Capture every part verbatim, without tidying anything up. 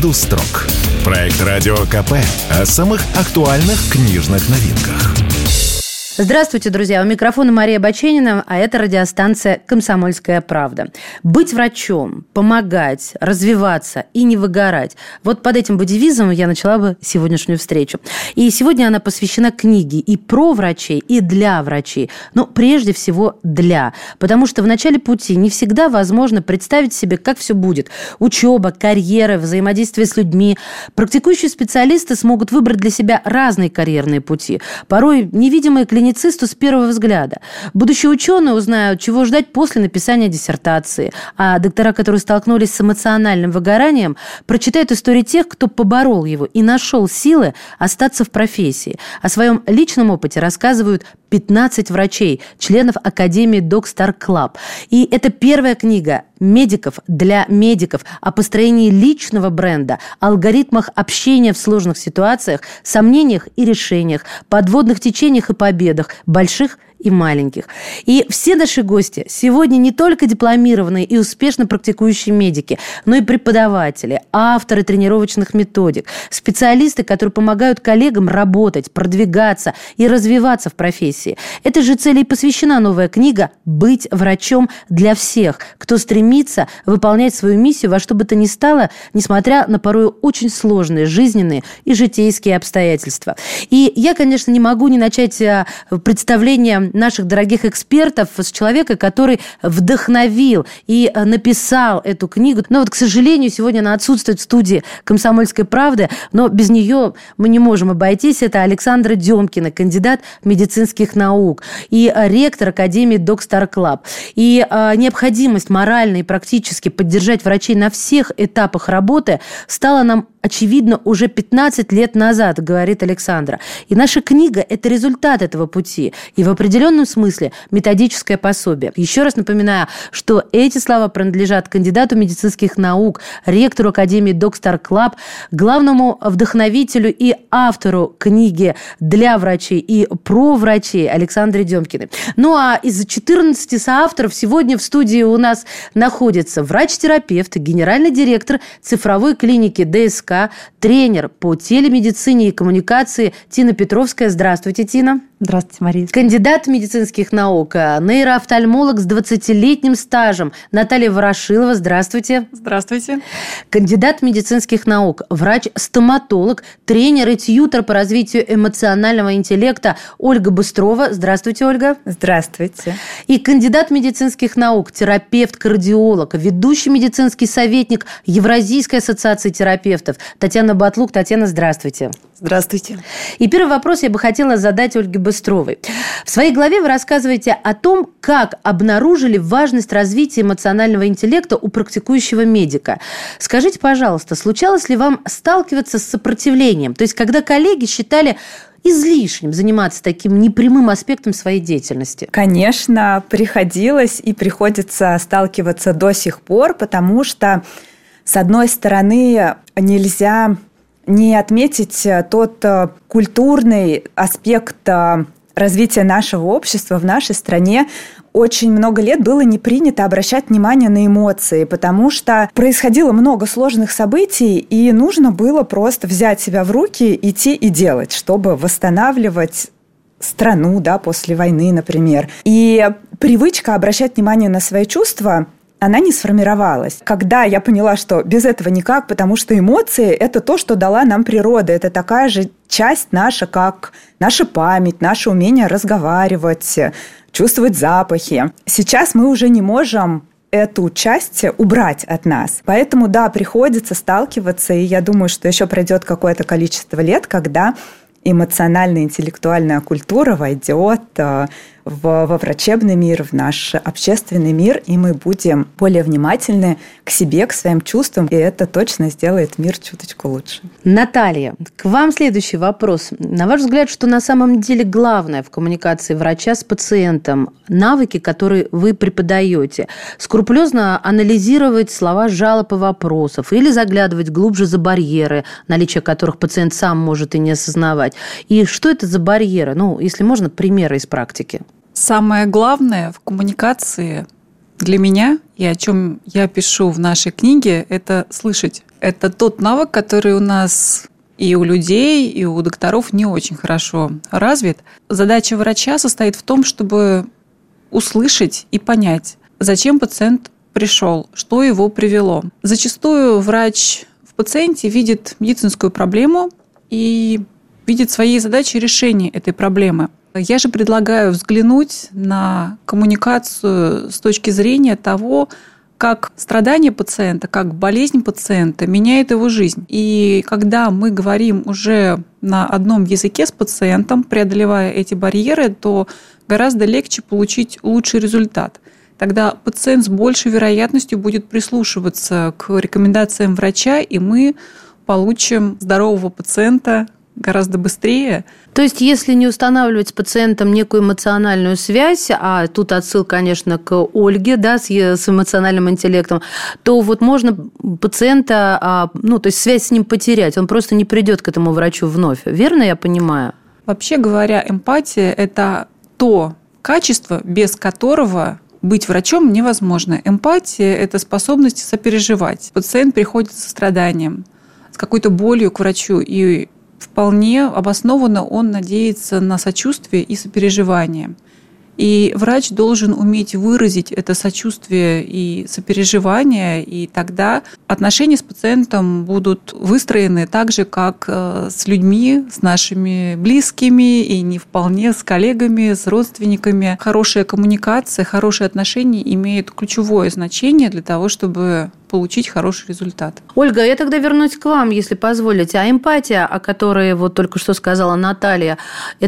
«Между строк». Проект «Радио КП» о самых актуальных книжных новинках. Здравствуйте, друзья. У микрофона Мария Баченина, а это радиостанция «Комсомольская правда». Быть врачом, помогать, развиваться и не выгорать. Вот под этим бы девизом я начала бы сегодняшнюю встречу. И сегодня она посвящена книге и про врачей, и для врачей. Но прежде всего для. Потому что в начале пути не всегда возможно представить себе, как все будет. Учеба, карьера, взаимодействие с людьми. Практикующие специалисты смогут выбрать для себя разные карьерные пути. Порой невидимые клиентам с первого взгляда. Будущие ученые узнают, чего ждать после написания диссертации. А доктора, которые столкнулись с эмоциональным выгоранием, прочитают истории тех, кто поборол его и нашел силы остаться в профессии. О своем личном опыте рассказывают пятнадцать врачей, членов Академии Doc-Star Club. И это первая книга медиков для медиков о построении личного бренда, алгоритмах общения в сложных ситуациях, сомнениях и решениях, подводных течениях и победах, больших и маленьких. И все наши гости сегодня не только дипломированные и успешно практикующие медики, но и преподаватели, авторы тренировочных методик, специалисты, которые помогают коллегам работать, продвигаться и развиваться в профессии. Этой же цели и посвящена новая книга «Быть врачом для всех», кто стремится выполнять свою миссию во что бы то ни стало, несмотря на порой очень сложные жизненные и житейские обстоятельства. И я, конечно, не могу не начать представление наших дорогих экспертов с человека, который вдохновил и написал эту книгу. Но вот, к сожалению, сегодня она отсутствует в студии «Комсомольской правды», но без нее мы не можем обойтись. Это Александра Демкина, кандидат медицинских наук и ректор Академии Doc-Star Club. И необходимость морально и практически поддержать врачей на всех этапах работы стала нам очевидно уже пятнадцать лет назад, говорит Александра. И наша книга – это результат этого пути. И в определенном смысле методическое пособие. Еще раз напоминаю, что эти слова принадлежат кандидату медицинских наук, ректору Академии Doc-Star Club, главному вдохновителю и автору книги для врачей и про врачей Александре Демкиной. Ну а из четырнадцати соавторов сегодня в студии у нас находится врач-терапевт, генеральный директор цифровой клиники ДСК, тренер по телемедицине и коммуникации Тина Петровская. Здравствуйте, Тина. Здравствуйте, Мария. Кандидат медицинских наук, нейроофтальмолог с двадцатилетним стажем Наталья Ворошилова. Здравствуйте. Здравствуйте. Кандидат медицинских наук, врач-стоматолог, тренер и тьютор по развитию эмоционального интеллекта Ольга Быстрова. Здравствуйте, Ольга. Здравствуйте. И кандидат медицинских наук, терапевт-кардиолог, ведущий медицинский советник Евразийской ассоциации терапевтов Татьяна Батлук. Татьяна, здравствуйте. Здравствуйте. И первый вопрос я бы хотела задать Ольге Быстровой. В своей главе вы рассказываете о том, как обнаружили важность развития эмоционального интеллекта у практикующего медика. Скажите, пожалуйста, случалось ли вам сталкиваться с сопротивлением? То есть, когда коллеги считали излишним заниматься таким непрямым аспектом своей деятельности? Конечно, приходилось и приходится сталкиваться до сих пор, потому что, с одной стороны, нельзя не отметить тот культурный аспект развития нашего общества в нашей стране. Очень много лет было не принято обращать внимание на эмоции, потому что происходило много сложных событий, и нужно было просто взять себя в руки, идти и делать, чтобы восстанавливать страну, да, после войны, например. И привычка обращать внимание на свои чувства, она не сформировалась. Когда я поняла, что без этого никак, потому что эмоции – это то, что дала нам природа. Это такая же часть наша, как наша память, наше умение разговаривать, чувствовать запахи. Сейчас мы уже не можем эту часть убрать от нас. Поэтому, да, приходится сталкиваться, и я думаю, что еще пройдет какое-то количество лет, когда эмоциональная, интеллектуальная культура войдет в, во врачебный мир, в наш общественный мир, и мы будем более внимательны к себе, к своим чувствам, и это точно сделает мир чуточку лучше. Наталья, к вам следующий вопрос. На ваш взгляд, что на самом деле главное в коммуникации врача с пациентом? Навыки, которые вы преподаете. Скрупулезно анализировать слова жалоб и вопросов или заглядывать глубже за барьеры, наличие которых пациент сам может и не осознавать. И что это за барьеры? Ну, если можно, примеры из практики. Самое главное в коммуникации Для меня, и о чем я пишу в нашей книге, это слышать. Это тот навык, который у нас и у людей, и у докторов не очень хорошо развит. Задача врача состоит в том, чтобы услышать и понять, зачем пациент пришел, что его привело. Зачастую врач в пациенте видит медицинскую проблему и видит своей задачей решение этой проблемы. Я же предлагаю взглянуть на коммуникацию с точки зрения того, как страдание пациента, как болезнь пациента меняет его жизнь. И когда мы говорим уже на одном языке с пациентом, преодолевая эти барьеры, то гораздо легче получить лучший результат. Тогда пациент с большей вероятностью будет прислушиваться к рекомендациям врача, и мы получим здорового пациента гораздо быстрее. То есть, если не устанавливать с пациентом некую эмоциональную связь, а тут отсыл, конечно, к Ольге, да, с, с эмоциональным интеллектом, то вот можно пациента, ну, то есть связь с ним потерять, он просто не придет к этому врачу вновь. Верно я понимаю? Вообще говоря, эмпатия – это то качество, без которого быть врачом невозможно. Эмпатия – это способность сопереживать. Пациент приходит со страданием, с какой-то болью к врачу, и вполне обоснованно он надеется на сочувствие и сопереживание. И врач должен уметь выразить это сочувствие и сопереживание, и тогда отношения с пациентом будут выстроены так же, как с людьми, с нашими близкими, и не вполне с коллегами, с родственниками. Хорошая коммуникация, хорошие отношения имеют ключевое значение для того, чтобы получить хороший результат. Ольга, я тогда вернусь к вам, если позволите. А эмпатия, о которой вот только что сказала Наталья,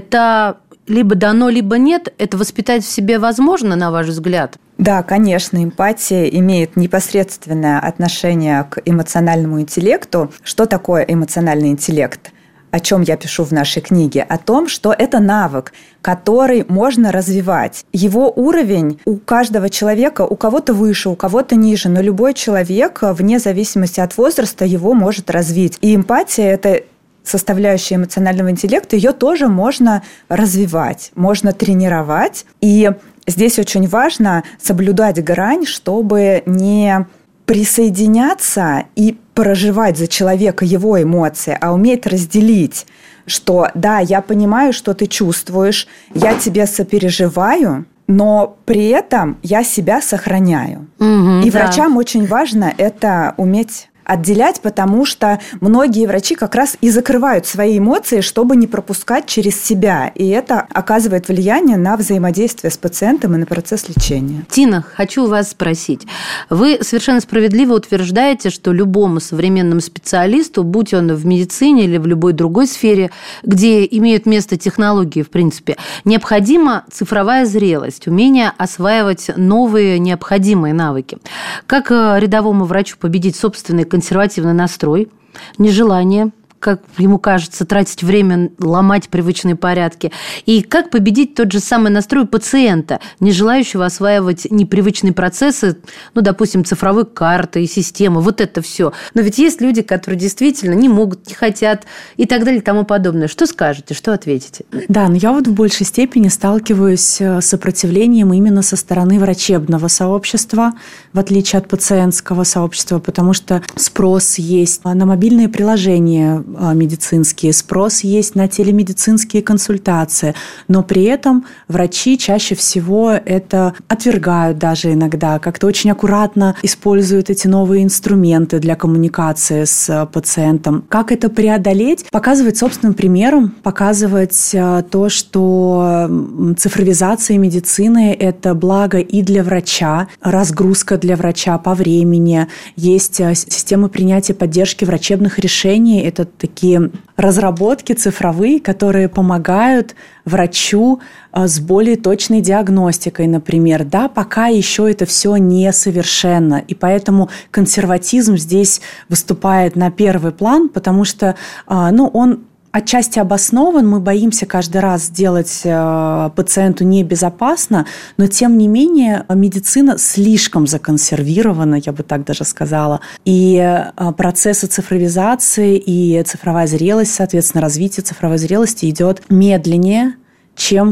это либо дано, либо нет? Это воспитать в себе возможно, на ваш взгляд? Да, конечно, эмпатия имеет непосредственное отношение к эмоциональному интеллекту. Что такое эмоциональный интеллект? О чем я пишу в нашей книге? О том, что это навык, который можно развивать. Его уровень у каждого человека, у кого-то выше, у кого-то ниже, но любой человек, вне зависимости от возраста, его может развить. И эмпатия – это составляющая эмоционального интеллекта, ее тоже можно развивать, можно тренировать. И здесь очень важно соблюдать грань, чтобы не присоединяться и проживать за человека его эмоции, а уметь разделить, что да, я понимаю, что ты чувствуешь, я тебе сопереживаю, но при этом я себя сохраняю. Угу, и да. Врачам очень важно это уметь отделять, потому что многие врачи как раз и закрывают свои эмоции, чтобы не пропускать через себя. И это оказывает влияние на взаимодействие с пациентом и на процесс лечения. Тина, хочу вас спросить. Вы совершенно справедливо утверждаете, что любому современному специалисту, будь он в медицине или в любой другой сфере, где имеют место технологии, в принципе, необходима цифровая зрелость, умение осваивать новые необходимые навыки. Как рядовому врачу победить собственный консервативный настрой, нежелание, как ему кажется, тратить время, ломать привычные порядки. И как победить тот же самый настрой пациента, не желающего осваивать непривычные процессы, ну, допустим, цифровые карты и системы, вот это все. Но ведь есть люди, которые действительно не могут, не хотят и так далее и тому подобное. Что скажете, что ответите? Да, но я вот в большей степени сталкиваюсь с сопротивлением именно со стороны врачебного сообщества, в отличие от пациентского сообщества, потому что спрос есть на мобильные приложения медицинские, спрос есть на телемедицинские консультации, но при этом врачи чаще всего это отвергают даже иногда, как-то очень аккуратно используют эти новые инструменты для коммуникации с пациентом. Как это преодолеть? Показывать собственным примером, показывать то, что цифровизация медицины – это благо и для врача, разгрузка для врача по времени, есть системы принятия поддержки врачебных решений, это такие разработки цифровые, которые помогают врачу с более точной диагностикой, например. Да, пока еще это все несовершенно, и поэтому консерватизм здесь выступает на первый план, потому что ну, он отчасти обоснован, мы боимся каждый раз сделать пациенту небезопасно, но тем не менее медицина слишком законсервирована, я бы так даже сказала. И процессы цифровизации и цифровая зрелость, соответственно, развитие цифровой зрелости идет медленнее, чем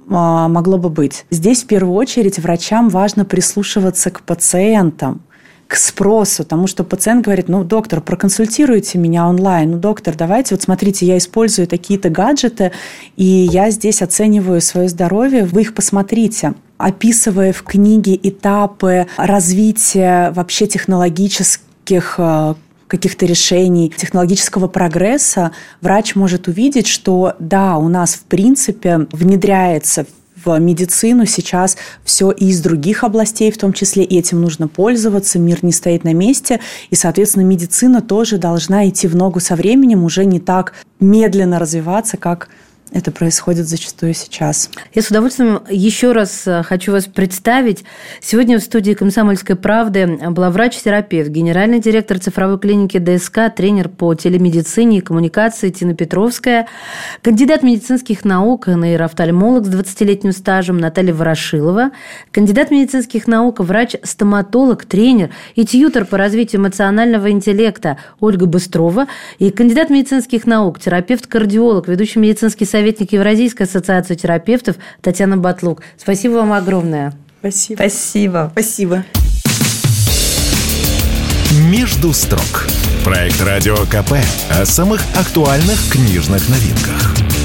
могло бы быть. Здесь в первую очередь врачам важно прислушиваться к пациентам, к спросу, потому что пациент говорит: ну, доктор, проконсультируйте меня онлайн, ну, доктор, давайте, вот смотрите, я использую такие-то гаджеты, и я здесь оцениваю свое здоровье, вы их посмотрите. Описывая в книге этапы развития вообще технологических каких-то решений, технологического прогресса, врач может увидеть, что да, у нас в принципе внедряется в медицину сейчас все из других областей, в том числе, и этим нужно пользоваться, мир не стоит на месте, и, соответственно, медицина тоже должна идти в ногу со временем, уже не так медленно развиваться, как это происходит зачастую сейчас. Я с удовольствием еще раз хочу вас представить. Сегодня в студии «Комсомольской правды» была врач-терапевт, генеральный директор цифровой клиники ДСК, тренер по телемедицине и коммуникации Тина Петровская, кандидат медицинских наук, нейроофтальмолог с двадцатилетним стажем Наталья Ворошилова, кандидат медицинских наук, врач-стоматолог, тренер и тьютор по развитию эмоционального интеллекта Ольга Быстрова и кандидат медицинских наук, терапевт-кардиолог, ведущий медицинский советник советник Евразийской ассоциации терапевтов Татьяна Батлук. Спасибо вам огромное. Спасибо. Спасибо. Спасибо. «Между строк» – проект Радио КП о самых актуальных книжных новинках.